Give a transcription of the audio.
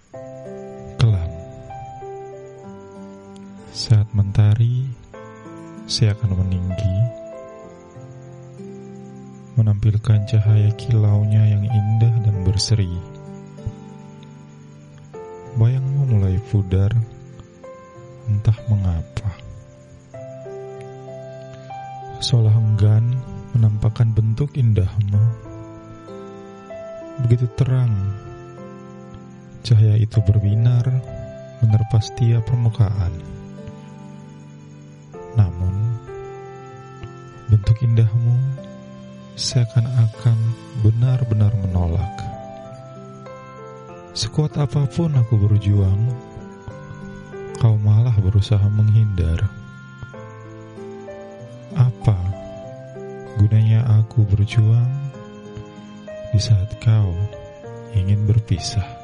Kelam. Saat mentari seakan meninggi, menampilkan cahaya kilaunya yang indah dan berseri. Bayangmu mulai pudar, entah mengapa. Seolah enggan menampakkan bentuk indahmu. Begitu terang, cahaya itu berbinar menerpa setiap permukaan. Namun, bentuk indahmu seakan-akan benar-benar menolak. Sekuat apapun aku berjuang, kau malah berusaha menghindar. Apa gunanya aku berjuang di saat kau ingin berpisah?